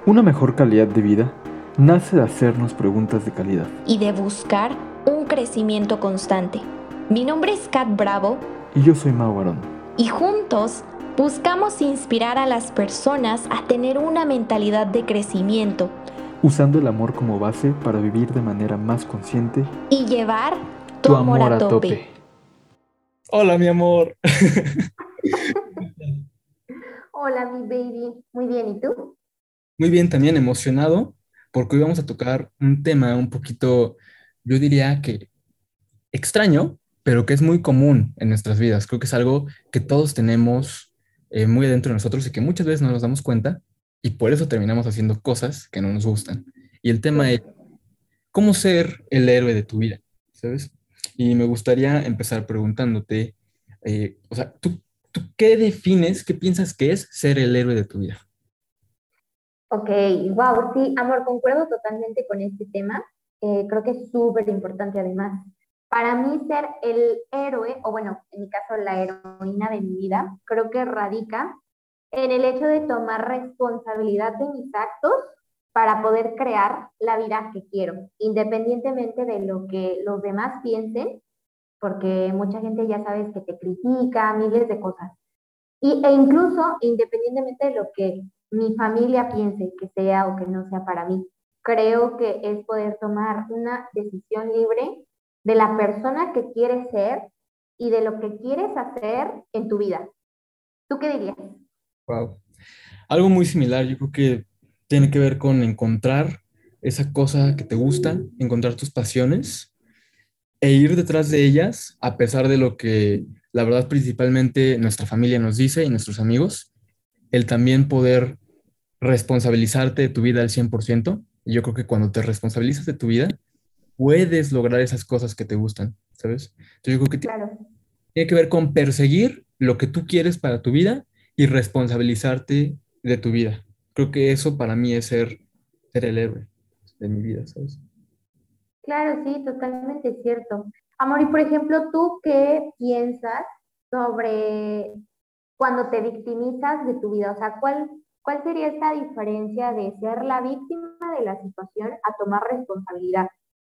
Una mejor calidad de vida nace de hacernos preguntas de calidad. Y de buscar un crecimiento constante. Mi nombre es Kat Bravo. Y yo soy Mau Barón. Y juntos buscamos inspirar a las personas a tener una mentalidad de crecimiento. Usando el amor como base para vivir de manera más consciente. Y llevar tu amor a tope. Hola, mi amor. Hola, mi baby. Muy bien, ¿y tú? Muy bien, también emocionado porque hoy vamos a tocar un tema un poquito, yo diría que extraño, pero que es muy común en nuestras vidas. Creo que es algo que todos tenemos muy adentro de nosotros y que muchas veces no nos damos cuenta y por eso terminamos haciendo cosas que no nos gustan. Y el tema es cómo ser el héroe de tu vida, ¿sabes? Y me gustaría empezar preguntándote, ¿tú qué defines, qué piensas que es ser el héroe de tu vida? Ok, wow, sí, amor, concuerdo totalmente con este tema. Creo que es súper importante además. Para mí ser el héroe, o bueno, en mi caso la heroína de mi vida, creo que radica en el hecho de tomar responsabilidad de mis actos para poder crear la vida que quiero, independientemente de lo que los demás piensen, porque mucha gente ya sabes que te critica, miles de cosas. E incluso independientemente de lo que mi familia piense que sea o que no sea para mí, creo que es poder tomar una decisión libre de la persona que quieres ser y de lo que quieres hacer en tu vida. ¿Tú qué dirías? Wow. Algo muy similar, yo creo que tiene que ver con encontrar esa cosa que te gusta, encontrar tus pasiones e ir detrás de ellas a pesar de lo que la verdad principalmente nuestra familia nos dice y nuestros amigos, el también poder responsabilizarte de tu vida al 100%. Y yo creo que cuando te responsabilizas de tu vida, puedes lograr esas cosas que te gustan, ¿sabes? Entonces yo creo que Claro. tiene que ver con perseguir lo que tú quieres para tu vida y responsabilizarte de tu vida. Creo que eso para mí es ser el héroe de mi vida, ¿sabes? Claro, sí, totalmente cierto. Amor, y por ejemplo, ¿tú qué piensas sobre cuando te victimizas de tu vida? O sea, ¿cuál sería esta diferencia de ser la víctima de la situación a tomar responsabilidad?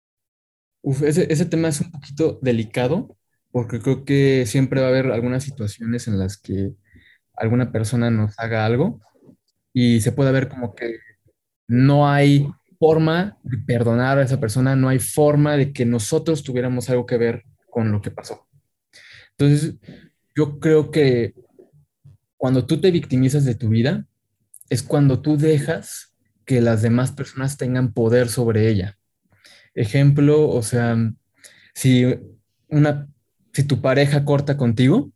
Uf, ese tema es un poquito delicado porque creo que siempre va a haber algunas situaciones en las que alguna persona nos haga algo y se puede ver como que no hay forma de perdonar a esa persona, no hay forma de que nosotros tuviéramos algo que ver con lo que pasó. Entonces, yo creo que cuando tú te victimizas de tu vida, es cuando tú dejas que las demás personas tengan poder sobre ella. Ejemplo, o sea, si una, si tu pareja corta contigo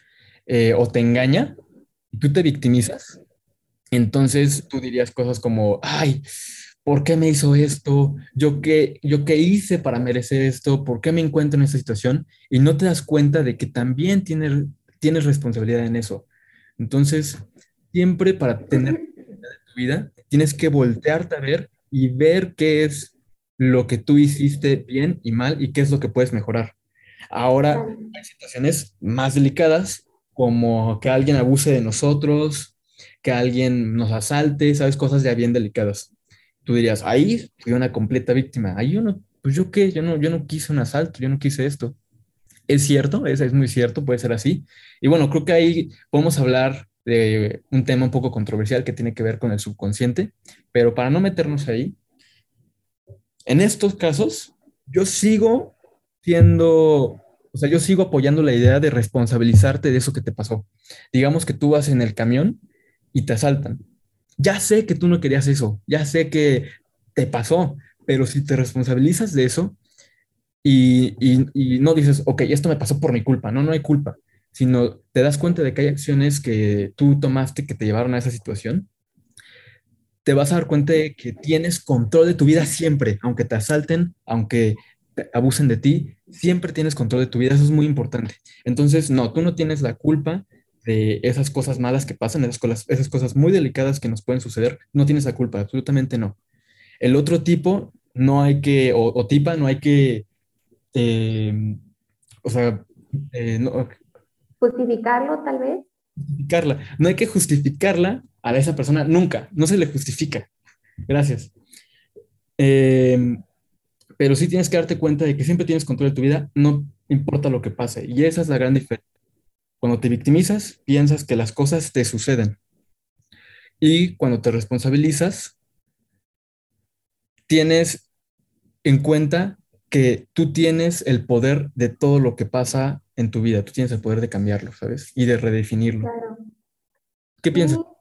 o te engaña, y tú te victimizas, entonces tú dirías cosas como, ay, ¿por qué me hizo esto? ¿Yo qué hice para merecer esto? ¿Por qué me encuentro en esta situación? Y no te das cuenta de que también tienes responsabilidad en eso. Entonces, siempre para tener tu vida, tienes que voltearte a ver y ver qué es lo que tú hiciste bien y mal y qué es lo que puedes mejorar. Ahora, Claro. hay situaciones más delicadas, como que alguien abuse de nosotros, que alguien nos asalte, ¿sabes? Cosas ya bien delicadas. Tú dirías, ahí fui una completa víctima. Ahí yo no, pues yo qué, yo no quise un asalto, yo no quise esto. Es cierto, es muy cierto, puede ser así. Y bueno, creo que ahí podemos hablar de un tema un poco controversial que tiene que ver con el subconsciente, pero para no meternos ahí, en estos casos, yo sigo siendo, o sea, yo sigo apoyando la idea de responsabilizarte de eso que te pasó. Digamos que tú vas en el camión y te asaltan. Ya sé que tú no querías eso, ya sé que te pasó, pero si te responsabilizas de eso y no dices, ok, esto me pasó por mi culpa, no, no hay culpa, sino te das cuenta de que hay acciones que tú tomaste que te llevaron a esa situación, te vas a dar cuenta de que tienes control de tu vida siempre, aunque te asalten, aunque abusen de ti, siempre tienes control de tu vida, eso es muy importante. Entonces, no, tú no tienes la culpa de esas cosas malas que pasan, esas cosas muy delicadas que nos pueden suceder, no tienes la culpa, absolutamente no. El otro tipo, no hay que, o tipa, no hay que, eh, o sea, no, ¿Justificarlo tal vez? justificarla, no hay que justificarla a esa persona nunca, no se le justifica. Gracias. Eh, pero sí tienes que darte cuenta de que siempre tienes control de tu vida, no importa lo que pase. Y esa es la gran diferencia. Cuando te victimizas, piensas que las cosas te suceden. Y cuando te responsabilizas, tienes en cuenta que tú tienes el poder de todo lo que pasa en tu vida. Tú tienes el poder de cambiarlo, ¿sabes? Y de redefinirlo. Claro. ¿Qué Sí, piensas?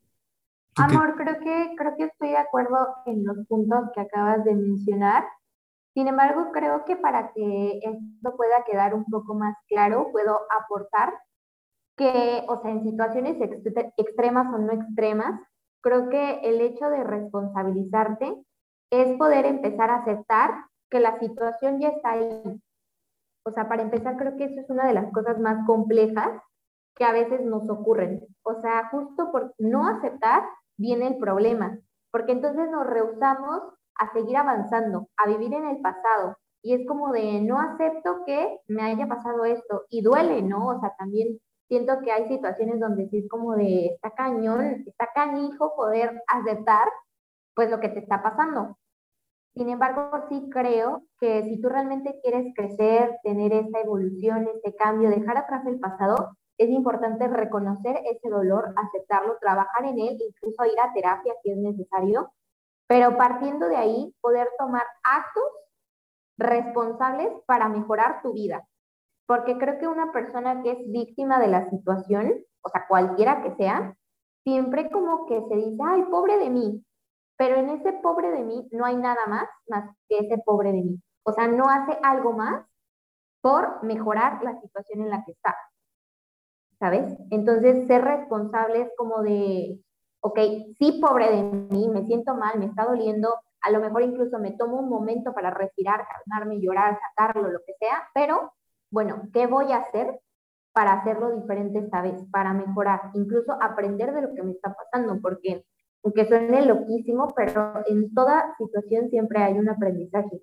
¿Tú qué? amor, creo que estoy de acuerdo en los puntos que acabas de mencionar. Sin embargo, creo que para que esto pueda quedar un poco más claro, puedo aportar que, o sea, en situaciones extremas o no extremas, creo que el hecho de responsabilizarte es poder empezar a aceptar que la situación ya está ahí. O sea, para empezar, creo que eso es una de las cosas más complejas que a veces nos ocurren. O sea, justo por no aceptar viene el problema, porque entonces nos rehusamos a seguir avanzando, a vivir en el pasado. Y es como de, no acepto que me haya pasado esto. Y duele, ¿no? O sea, también siento que hay situaciones donde sí es como de, está cañón, está canijo poder aceptar pues lo que te está pasando. Sin embargo, sí creo que si tú realmente quieres crecer, tener esta evolución, este cambio, dejar atrás el pasado, es importante reconocer ese dolor, aceptarlo, trabajar en él, incluso ir a terapia si es necesario, pero partiendo de ahí, poder tomar actos responsables para mejorar tu vida. Porque creo que una persona que es víctima de la situación, o sea, cualquiera que sea, siempre como que se dice, ay, pobre de mí, pero en ese pobre de mí no hay nada más que ese pobre de mí. O sea, no hace algo más por mejorar la situación en la que está, ¿sabes? Entonces, ser responsable es como de, ok, sí, pobre de mí, me siento mal, me está doliendo, a lo mejor incluso me tomo un momento para respirar, calmarme, llorar, sacarlo, lo que sea, pero bueno, ¿qué voy a hacer para hacerlo diferente esta vez, para mejorar, incluso aprender de lo que me está pasando? Porque aunque suene loquísimo, pero en toda situación siempre hay un aprendizaje.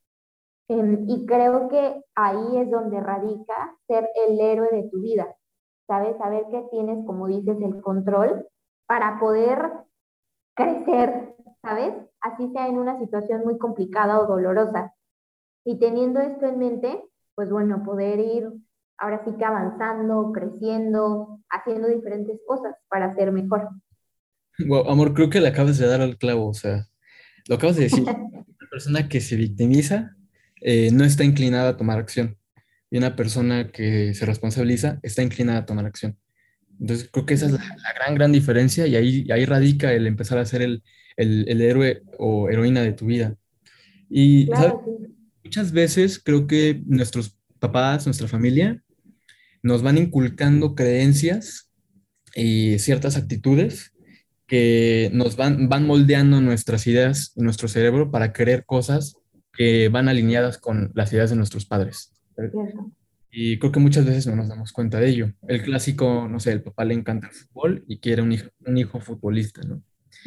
Y creo que ahí es donde radica ser el héroe de tu vida, ¿sabes? Saber que tienes, como dices, el control para poder crecer, ¿sabes? Así sea en una situación muy complicada o dolorosa. Y teniendo esto en mente, pues bueno, poder ir ahora sí que avanzando, creciendo, haciendo diferentes cosas para ser mejor. Wow, amor, creo que le acabas de dar al clavo, o sea, lo acabas de decir. Una persona que se victimiza no está inclinada a tomar acción. Y una persona que se responsabiliza está inclinada a tomar acción. Entonces, creo que esa es la gran diferencia y ahí radica el empezar a ser el héroe o heroína de tu vida. Y, ¿sabes? Claro, sí. Muchas veces creo que nuestros papás, nuestra familia, nos van inculcando creencias y ciertas actitudes que nos van moldeando nuestras ideas y nuestro cerebro para creer cosas que van alineadas con las ideas de nuestros padres. Cierto. Y creo que muchas veces no nos damos cuenta de ello. El clásico, no sé, el papá le encanta el fútbol y quiere un hijo futbolista, ¿no?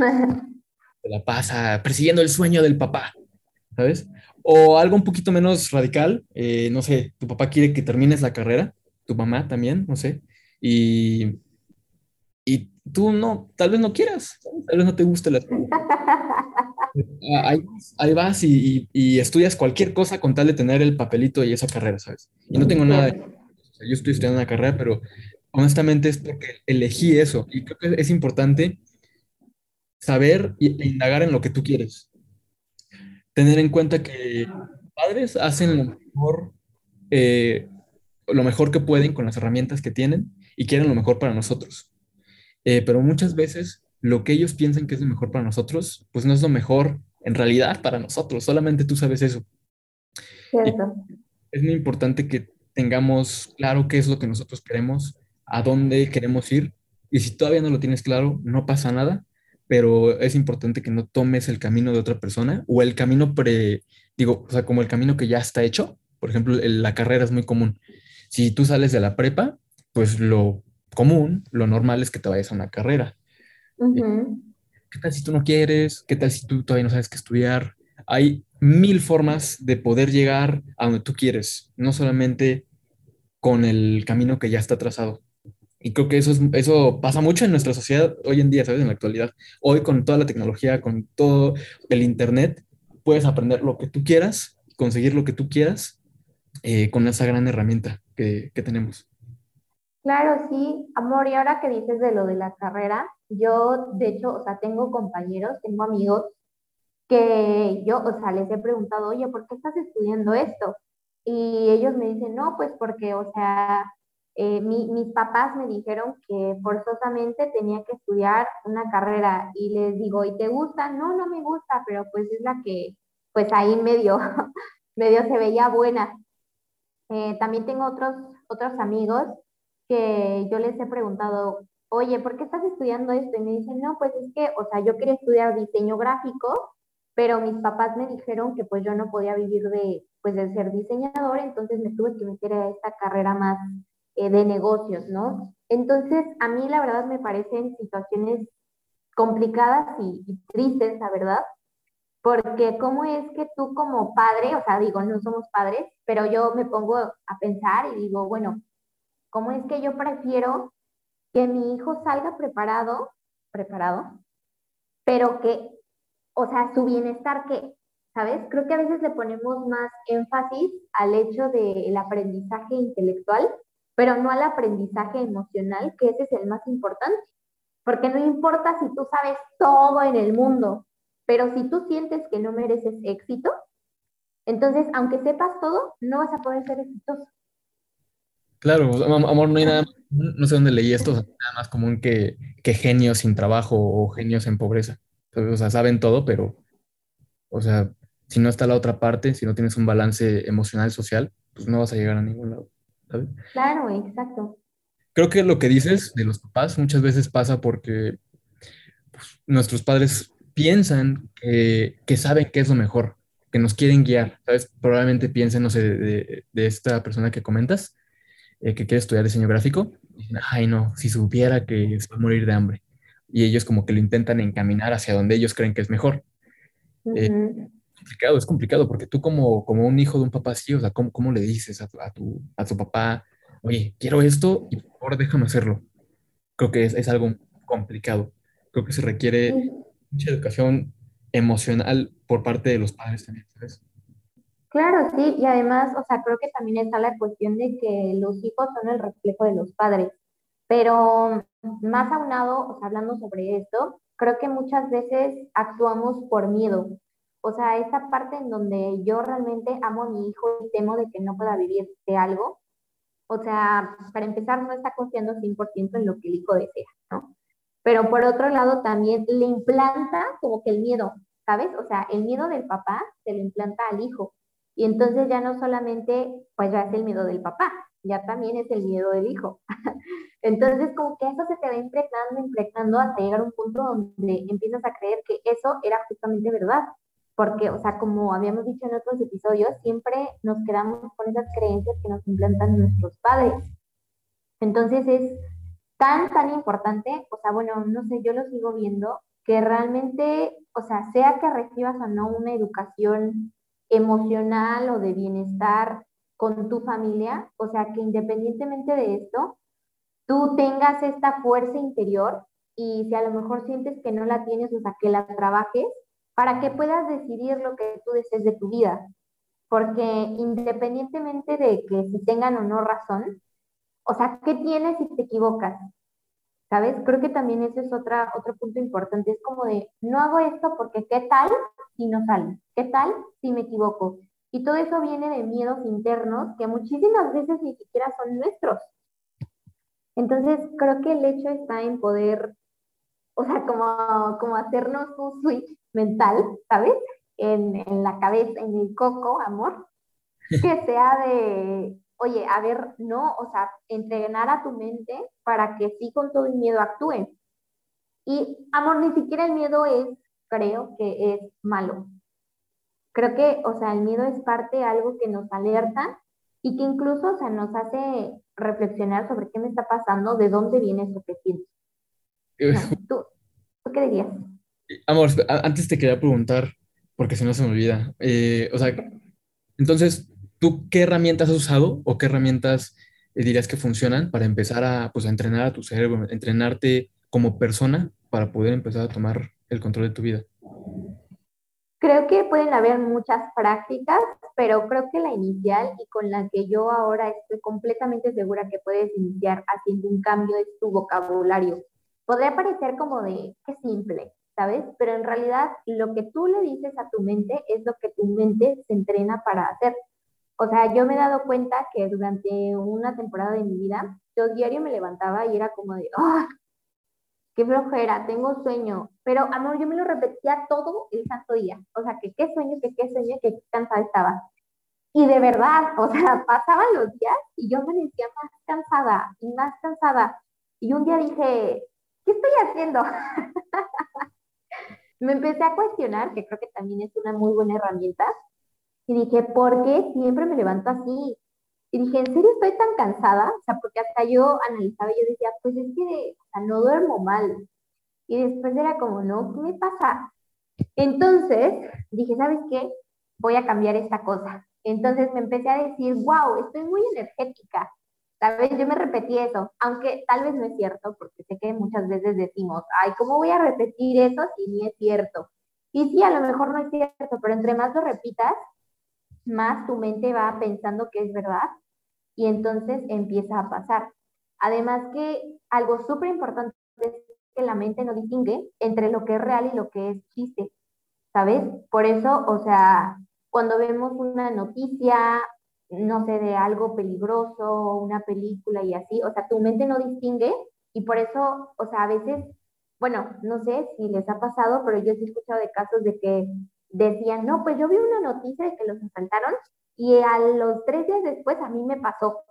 Se la pasa persiguiendo el sueño del papá, ¿sabes? O algo un poquito menos radical, no sé, tu papá quiere que termines la carrera, tu mamá también, no sé, y, y tú no, tal vez no quieras, ¿sabes? Tal vez no te guste la escuela. Ahí, ahí vas y estudias cualquier cosa con tal de tener el papelito y esa carrera, ¿sabes? Y no tengo nada, Cierto. o sea, yo estoy estudiando una carrera, pero honestamente es porque elegí eso y creo que es importante saber e indagar en lo que tú quieres. Tener en cuenta que padres hacen eh, lo mejor que pueden con las herramientas que tienen y quieren lo mejor para nosotros. Pero muchas veces lo que ellos piensan que es lo mejor para nosotros, pues no es lo mejor en realidad para nosotros, solamente tú sabes eso. Y Cierto. es muy importante que tengamos claro qué es lo que nosotros queremos, a dónde queremos ir, y si todavía no lo tienes claro, no pasa nada, pero es importante que no tomes el camino de otra persona o el camino digo, o sea, como el camino que ya está hecho. Por ejemplo, la carrera es muy común. Si tú sales de la prepa, pues lo común, lo normal es que te vayas a una carrera. Ujú. ¿Qué tal si tú no quieres? ¿Qué tal si tú todavía no sabes qué estudiar? Hay mil formas de poder llegar a donde tú quieres, no solamente con el camino que ya está trazado. Y creo que eso pasa mucho en nuestra sociedad hoy en día, ¿sabes? En la actualidad. Hoy con toda la tecnología, con todo el internet, puedes aprender lo que tú quieras, conseguir lo que tú quieras con esa gran herramienta que tenemos. Claro, sí, amor, y ahora que dices de lo de la carrera, yo de hecho, o sea, tengo compañeros, tengo amigos que yo, o sea, les he preguntado, oye, ¿por qué estás estudiando esto? Y ellos me dicen, no, pues porque, o sea, mis papás me dijeron que forzosamente tenía que estudiar una carrera y les digo, ¿y te gusta? No, no me gusta, pero pues es la que, pues ahí medio, medio se veía buena. También tengo otros amigos que yo les he preguntado, oye, ¿por qué estás estudiando esto? Y me dicen, no, pues es que, o sea, yo quería estudiar diseño gráfico, pero mis papás me dijeron que pues yo no podía vivir de, pues de ser diseñador, entonces me tuve que meter a esta carrera más de negocios, ¿no? Entonces, a mí la verdad me parecen situaciones complicadas y tristes, la verdad, porque cómo es que tú como padre, o sea, digo, no somos padres, pero yo me pongo a pensar y digo, bueno, ¿cómo es que yo prefiero que mi hijo salga preparado, pero que, o sea, su bienestar que, ¿sabes? Creo que a veces le ponemos más énfasis al hecho del aprendizaje intelectual, pero no al aprendizaje emocional, que ese es el más importante. Porque no importa si tú sabes todo en el mundo, pero si tú sientes que no mereces éxito, entonces, aunque sepas todo, no vas a poder ser exitoso. Claro, o sea, amor, no hay nada, no sé dónde leí esto, o sea, nada más común que genios sin trabajo o genios en pobreza. ¿Sabes? O sea, saben todo, pero, o sea, si no está la otra parte, si no tienes un balance emocional, social, pues no vas a llegar a ningún lado, ¿sabes? Claro, exacto. Creo que lo que dices de los papás muchas veces pasa porque nuestros padres piensan que saben qué es lo mejor, que nos quieren guiar, ¿sabes? Probablemente piensen, no sé, de esta persona que comentas, que quiere estudiar diseño gráfico, y dicen, ay no, si supiera que se va a morir de hambre. Y ellos como que lo intentan encaminar hacia donde ellos creen que es mejor. Eh, Ujú. es complicado, porque tú como un hijo de un papá así, o sea, ¿cómo le dices a tu papá, oye, quiero esto y por favor déjame hacerlo? Creo que es algo complicado. Creo que se requiere Sí, mucha educación emocional por parte de los padres también, ¿sabes? claro, sí, y además, o sea, creo que también está la cuestión de que los hijos son el reflejo de los padres, pero más aunado, o sea, hablando sobre esto, creo que muchas veces actuamos por miedo, o sea, esa parte en donde yo realmente amo a mi hijo y temo de que no pueda vivir de algo, o sea, para empezar, no está confiando 100% en lo que el hijo desea, ¿no? Pero por otro lado, también le implanta como que el miedo, ¿sabes? O sea, el miedo del papá se lo implanta al hijo. Y entonces ya no solamente, pues ya es el miedo del papá, ya también es el miedo del hijo. Entonces, como que eso se te va impregnando hasta llegar a un punto donde empiezas a creer que eso era justamente verdad. Porque, o sea, como habíamos dicho en otros episodios, siempre nos quedamos con esas creencias que nos implantan nuestros padres. Entonces es tan importante, o sea, bueno, no sé, yo lo sigo viendo, que realmente, o sea que recibas o no una educación emocional o de bienestar con tu familia, o sea, que independientemente de esto, tú tengas esta fuerza interior y si a lo mejor sientes que no la tienes, o sea, que la trabajes para que puedas decidir lo que tú desees de tu vida. Porque independientemente de que si tengan o no razón, o sea, ¿qué tienes si te equivocas? ¿Sabes? Creo que también ese es otro punto importante. Es como de, no hago esto porque ¿qué tal si no sale? ¿Qué tal si me equivoco? Y todo eso viene de miedos internos que muchísimas veces ni siquiera son nuestros. Entonces, creo que el hecho está en poder, o sea, como hacernos un switch mental, ¿sabes? En la cabeza, en el coco, amor, que sea de, oye, a ver, no, o sea, entrenar a tu mente para que sí con todo el miedo actúe. Y amor, ni siquiera el miedo es, creo que es malo. Creo que, o sea, el miedo es parte, algo que nos alerta y que incluso, o sea, nos hace reflexionar sobre qué me está pasando, de dónde viene eso que siento. No, ¿tú qué dirías? Amor, antes te quería preguntar, porque si no se me olvida, o sea, entonces, ¿tú qué herramientas has usado o qué herramientas dirías que funcionan para empezar a, pues, a entrenar a tu cerebro, entrenarte como persona para poder empezar a tomar el control de tu vida? Creo que pueden haber muchas prácticas, pero creo que la inicial y con la que yo ahora estoy completamente segura que puedes iniciar haciendo un cambio es tu vocabulario. Podría parecer como de qué simple, ¿sabes? Pero en realidad lo que tú le dices a tu mente es lo que tu mente se entrena para hacer. O sea, yo me he dado cuenta que durante una temporada de mi vida, yo diario me levantaba y era como de, ¡ah! Qué flojera, tengo sueño. Pero, amor, yo me lo repetía todo el santo día. O sea, que qué sueño, que qué cansada estaba. Y de verdad, o sea, pasaban los días y yo me decía más cansada y más cansada. Y un día dije, ¿qué estoy haciendo? Me empecé a cuestionar, que creo que también es una muy buena herramienta, y dije, ¿por qué siempre me levanto así? Y dije, ¿en serio estoy tan cansada? O sea, porque hasta yo analizaba y yo decía, pues es que o sea, no duermo mal. Y después era como, no, ¿qué me pasa? Entonces dije, ¿sabes qué? Voy a cambiar esta cosa. Entonces me empecé a decir, wow, estoy muy energética. ¿Sabes? Yo me repetí eso, aunque tal vez no es cierto, porque sé que muchas veces decimos, ay, ¿cómo voy a repetir eso si ni es cierto? Y sí, a lo mejor no es cierto, pero entre más lo repitas, más tu mente va pensando que es verdad y entonces empieza a pasar. Además que algo súper importante es que la mente no distingue entre lo que es real y lo que es chiste, ¿sabes? Por eso, o sea, cuando vemos una noticia, no sé, de algo peligroso, una película y así, o sea, tu mente no distingue y por eso, o sea, a veces, bueno, no sé si les ha pasado, pero yo sí he escuchado de casos de que decían, no, pues yo vi una noticia de que los asaltaron y a los 3 días después a mí me pasó,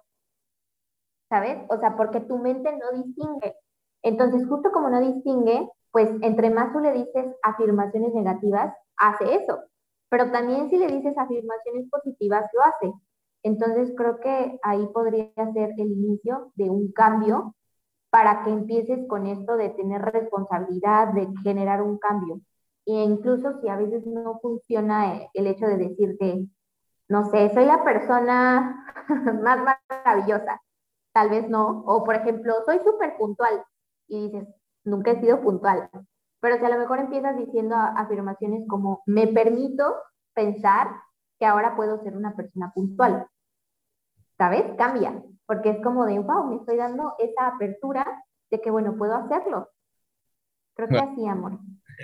¿sabes? O sea, porque tu mente no distingue. Entonces, justo como no distingue, pues entre más tú le dices afirmaciones negativas, hace eso. Pero también si le dices afirmaciones positivas, lo hace. Entonces, creo que ahí podría ser el inicio de un cambio para que empieces con esto de tener responsabilidad, de generar un cambio. E incluso si a veces no funciona el hecho de decirte, no sé, soy la persona más maravillosa, tal vez no. O por ejemplo, soy súper puntual y dices, nunca he sido puntual. Pero si a lo mejor empiezas diciendo afirmaciones como, me permito pensar que ahora puedo ser una persona puntual, ¿sabes? Cambia, porque es como de, wow, me estoy dando esa apertura de que, bueno, puedo hacerlo. Creo que Bueno, así, amor.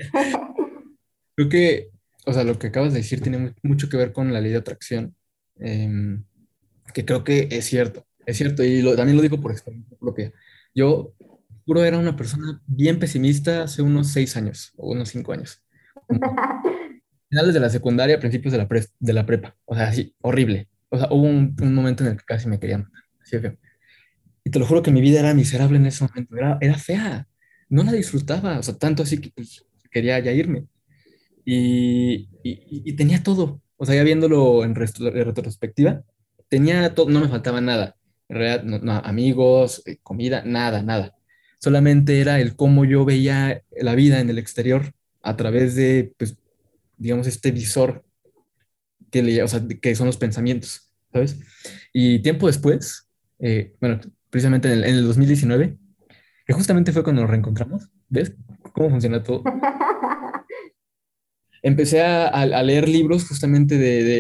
creo que, o sea, lo que acabas de decir tiene mucho que ver con la ley de atracción, em, que creo que es cierto, y también lo digo por experiencia propia. Yo, juro, era una persona bien pesimista hace unos 6 años o unos 5 años, como finales de la secundaria, principios de la prepa, o sea, así, horrible. O sea, hubo un momento en el que casi me querían matar, así de feo. Y te lo juro que mi vida era miserable en ese momento, era fea, no la disfrutaba, o sea, tanto así que pues, quería ya irme. Y tenía todo. O sea, ya viéndolo en retrospectiva, tenía todo, no me faltaba nada. En realidad, amigos, comida, nada, nada. Solamente era el cómo yo veía la vida en el exterior a través de, pues, digamos, este visor o sea, que son los pensamientos, ¿sabes? Y tiempo después, bueno, precisamente en el 2019, que justamente fue cuando nos reencontramos, ¿ves cómo funciona todo? Empecé a leer libros justamente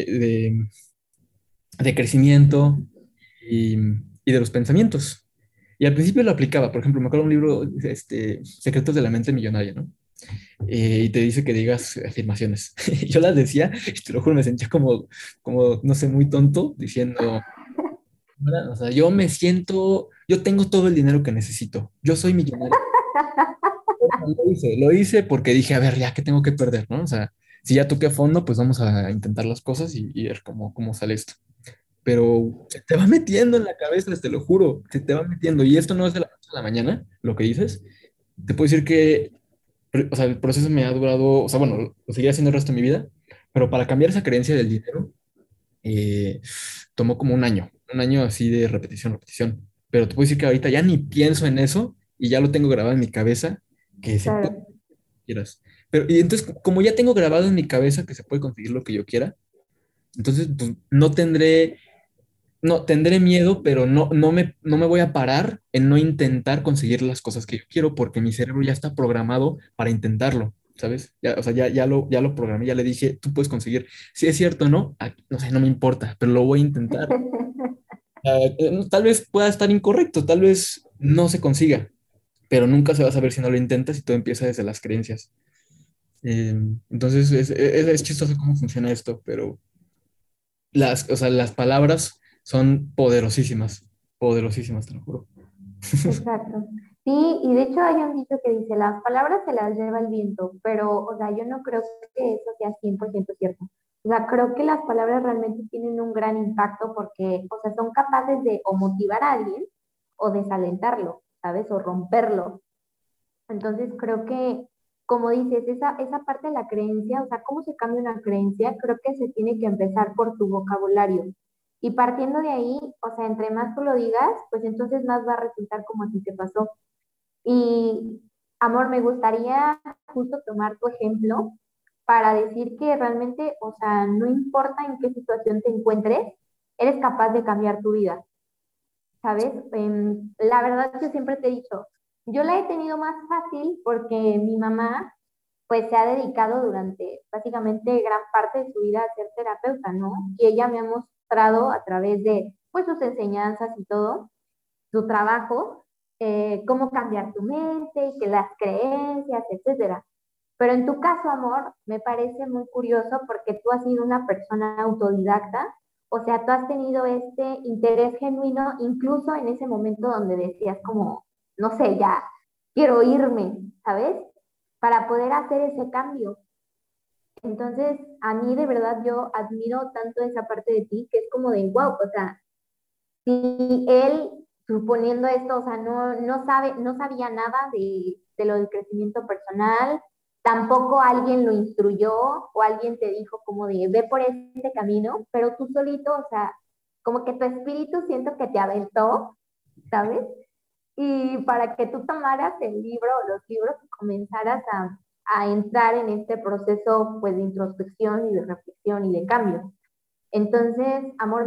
de crecimiento y, y de los pensamientos. Y al principio lo aplicaba, por ejemplo, me acuerdo de un libro, Secretos de la mente millonaria, ¿no? Y te dice que digas afirmaciones. Yo las decía, y te lo juro, me sentía como, no sé, muy tonto, diciendo, "Mira, o sea, yo me siento, yo tengo todo el dinero que necesito, yo soy millonario". Lo hice porque dije, a ver, ya que tengo que perder, ¿no? O sea, si ya toqué a fondo, pues vamos a intentar las cosas y ver cómo sale esto. Pero se te va metiendo en la cabeza, te lo juro, se te va metiendo. Y esto no es de la noche a la mañana, lo que dices. Te puedo decir que, o sea, el proceso me ha durado, o sea, bueno, lo seguiré haciendo el resto de mi vida, pero para cambiar esa creencia del dinero, eh, tomó como un año así de repetición, repetición. Pero te puedo decir que ahorita ya ni pienso en eso y ya lo tengo grabado en mi cabeza, que se puede Claro. quieras. Pero, y entonces, como ya tengo grabado en mi cabeza que se puede conseguir lo que yo quiera, entonces pues, no tendré no, tendré miedo, pero no me voy a parar en no intentar conseguir las cosas que yo quiero porque mi cerebro ya está programado para intentarlo, ¿sabes? Ya, o sea, ya lo programé, ya le dije, tú puedes conseguir. Si es cierto o no, no sé, no me importa, pero lo voy a intentar. Tal vez pueda estar incorrecto, tal vez no se consiga, pero nunca se va a saber si no lo intentas y todo empieza desde las creencias. Entonces, es chistoso cómo funciona esto, pero o sea, las palabras son poderosísimas, te lo juro. Exacto. Sí, y de hecho hay un dicho que dice, las palabras se las lleva el viento, pero, o sea, yo no creo que eso sea 100% cierto. O sea, creo que las palabras realmente tienen un gran impacto porque, o sea, son capaces de o motivar a alguien o desalentarlo, ¿sabes? O romperlo. Entonces creo que, como dices, esa parte de la creencia, o sea, ¿cómo se cambia una creencia? Creo que se tiene que empezar por tu vocabulario. Y partiendo de ahí, o sea, entre más tú lo digas, pues entonces más va a resultar como a ti te pasó. Y, amor, me gustaría justo tomar tu ejemplo para decir que realmente, o sea, no importa en qué situación te encuentres, eres capaz de cambiar tu vida. ¿Sabes? La verdad yo siempre te he dicho, yo la he tenido más fácil porque mi mamá pues se ha dedicado durante básicamente gran parte de su vida a ser terapeuta, ¿no? Y ella me ha mostrado a través de pues sus enseñanzas y todo, su trabajo, cómo cambiar tu mente, y que las creencias, etcétera. Pero en tu caso, amor, me parece muy curioso porque tú has sido una persona autodidacta, o sea, tú has tenido este interés genuino incluso en ese momento donde decías como, no sé, ya quiero irme, ¿sabes? Para poder hacer ese cambio. Entonces, a mí de verdad yo admiro tanto esa parte de ti que es como de, wow, o sea, si él, suponiendo esto, o sea, no sabía nada de lo del crecimiento personal, tampoco alguien lo instruyó o alguien te dijo como de, ve por este camino, pero tú solito, o sea, como que tu espíritu siento que te aventó, ¿sabes? Y para que tú tomaras el libro o los libros y comenzaras a entrar en este proceso pues de introspección y de reflexión y de cambio. Entonces, amor,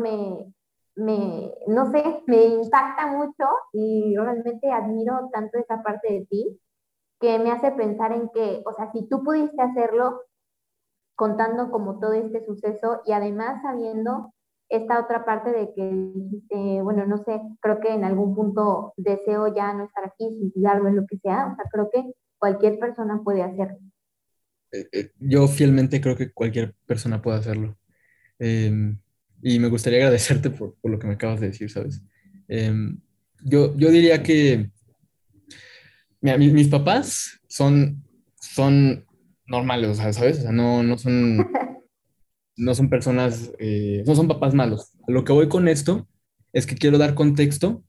no sé, me impacta mucho y realmente admiro tanto esa parte de ti que me hace pensar en que, o sea, si tú pudiste hacerlo contando como todo este suceso y además sabiendo esta otra parte de que dijiste, bueno, no sé, creo que en algún punto deseo ya no estar aquí, suicidarme, lo que sea, o sea, creo que cualquier persona puede hacerlo. Yo fielmente creo que cualquier persona puede hacerlo. Em, y me gustaría agradecerte por lo que me acabas de decir, ¿sabes? Em, yo diría que mira, mis papás son normales, o sea, ¿sabes? O sea, no son personas, no son papás malos. A lo que voy con esto es que quiero dar contexto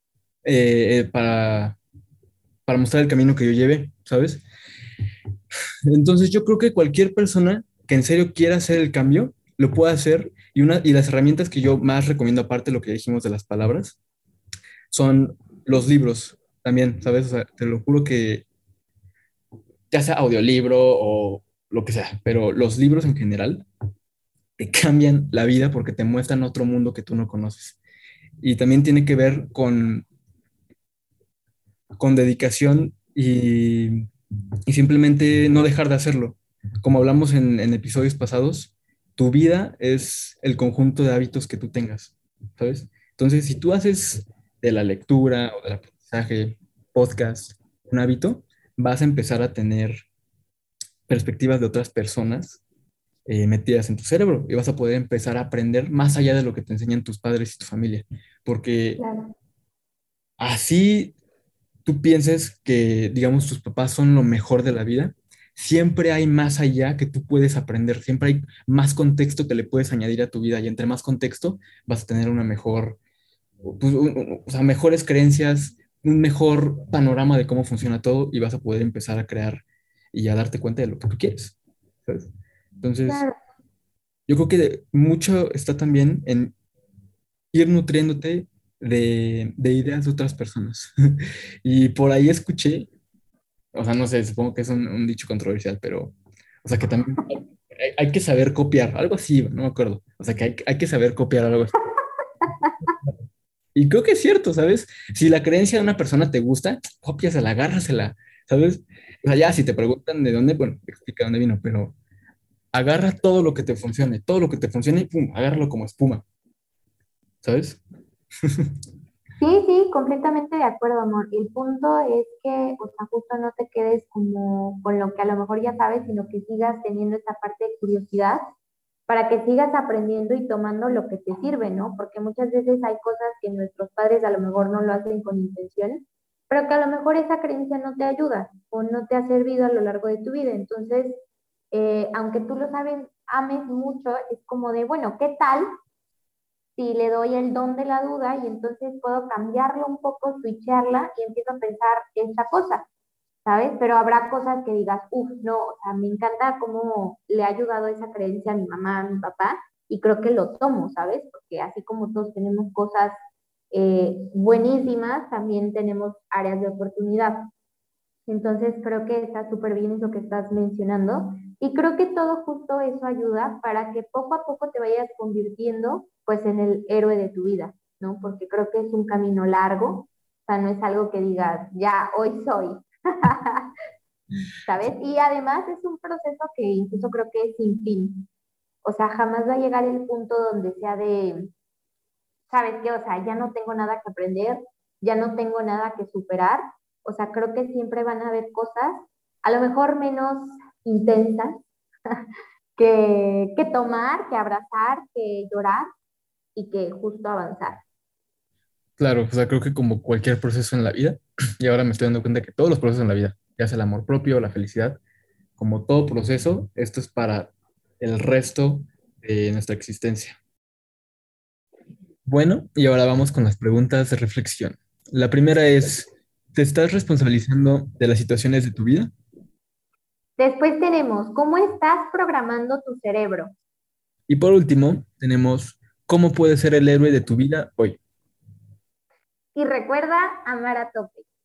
para mostrar el camino que yo llevé, ¿sabes? Entonces yo creo que cualquier persona que en serio quiera hacer el cambio, lo puede hacer y las herramientas que yo más recomiendo, aparte de lo que dijimos de las palabras, son los libros también, ¿sabes? O sea, te lo juro que ya sea audiolibro o lo que sea, pero los libros en general te cambian la vida porque te muestran otro mundo que tú no conoces. Y también tiene que ver con dedicación y simplemente no dejar de hacerlo. Como hablamos en episodios pasados, tu vida es el conjunto de hábitos que tú tengas, ¿sabes? Entonces, si tú haces de la lectura o del aprendizaje, podcast, un hábito, vas a empezar a tener perspectivas de otras personas metidas en tu cerebro y vas a poder empezar a aprender más allá de lo que te enseñan tus padres y tu familia, porque Claro. así tú pienses que, digamos, tus papás son lo mejor de la vida, siempre hay más allá que tú puedes aprender, siempre hay más contexto que le puedes añadir a tu vida y entre más contexto vas a tener una mejor, pues, o sea, mejores creencias, un mejor panorama de cómo funciona todo y vas a poder empezar a crear y a darte cuenta de lo que tú quieres, ¿sabes? Entonces, Claro. yo creo que mucho está también en ir nutriéndote de ideas de otras personas. Y por ahí escuché, o sea, no sé, supongo que es un dicho controversial, pero, o sea, que también hay que saber copiar, algo así, no me acuerdo. O sea, que hay que saber copiar algo así. Y creo que es cierto, ¿sabes? Si la creencia de una persona te gusta, cópiasela, agárrasela, ¿sabes? O sea, ya si te preguntan de dónde, bueno, explica dónde vino, pero agarra todo lo que te funcione y pum, agárralo como espuma, ¿sabes? Sí, sí, completamente de acuerdo, amor. El punto es que, o sea, justo no te quedes como con lo que a lo mejor ya sabes, sino que sigas teniendo esa parte de curiosidad para que sigas aprendiendo y tomando lo que te sirve, ¿no? Porque muchas veces hay cosas que nuestros padres a lo mejor no lo hacen con intención, pero que a lo mejor esa creencia no te ayuda o no te ha servido a lo largo de tu vida. Entonces, aunque tú lo sabes, ames mucho, es como de, bueno, ¿qué tal si le doy el don de la duda y entonces puedo cambiarlo un poco, switcharla y empiezo a pensar esta cosa, ¿sabes? Pero habrá cosas que digas, uff, no, o sea, me encanta cómo le ha ayudado esa creencia a mi mamá, a mi papá, y creo que lo tomo, ¿sabes? Porque así como todos tenemos cosas buenísimas, también tenemos áreas de oportunidad. Entonces creo que está súper bien eso que estás mencionando y creo que todo justo eso ayuda para que poco a poco te vayas convirtiendo pues en el héroe de tu vida, ¿no? Porque creo que es un camino largo, o sea, no es algo que digas, ya, hoy soy, ¿sabes? Y además es un proceso que incluso creo que es sin fin, o sea, jamás va a llegar el punto donde sea de, ¿sabes qué? O sea, ya no tengo nada que aprender, ya no tengo nada que superar. O sea, creo que siempre van a haber cosas, a lo mejor menos intensas, que tomar, que abrazar, que llorar y que justo avanzar. Claro, o sea, creo que como cualquier proceso en la vida, y ahora me estoy dando cuenta que todos los procesos en la vida, ya sea el amor propio o la felicidad, como todo proceso, esto es para el resto de nuestra existencia. Bueno, y ahora vamos con las preguntas de reflexión. La primera es, ¿te estás responsabilizando de las situaciones de tu vida? Después tenemos, ¿cómo estás programando tu cerebro? Y por último, tenemos, ¿cómo puedes ser el héroe de tu vida hoy? Y recuerda amar a tope.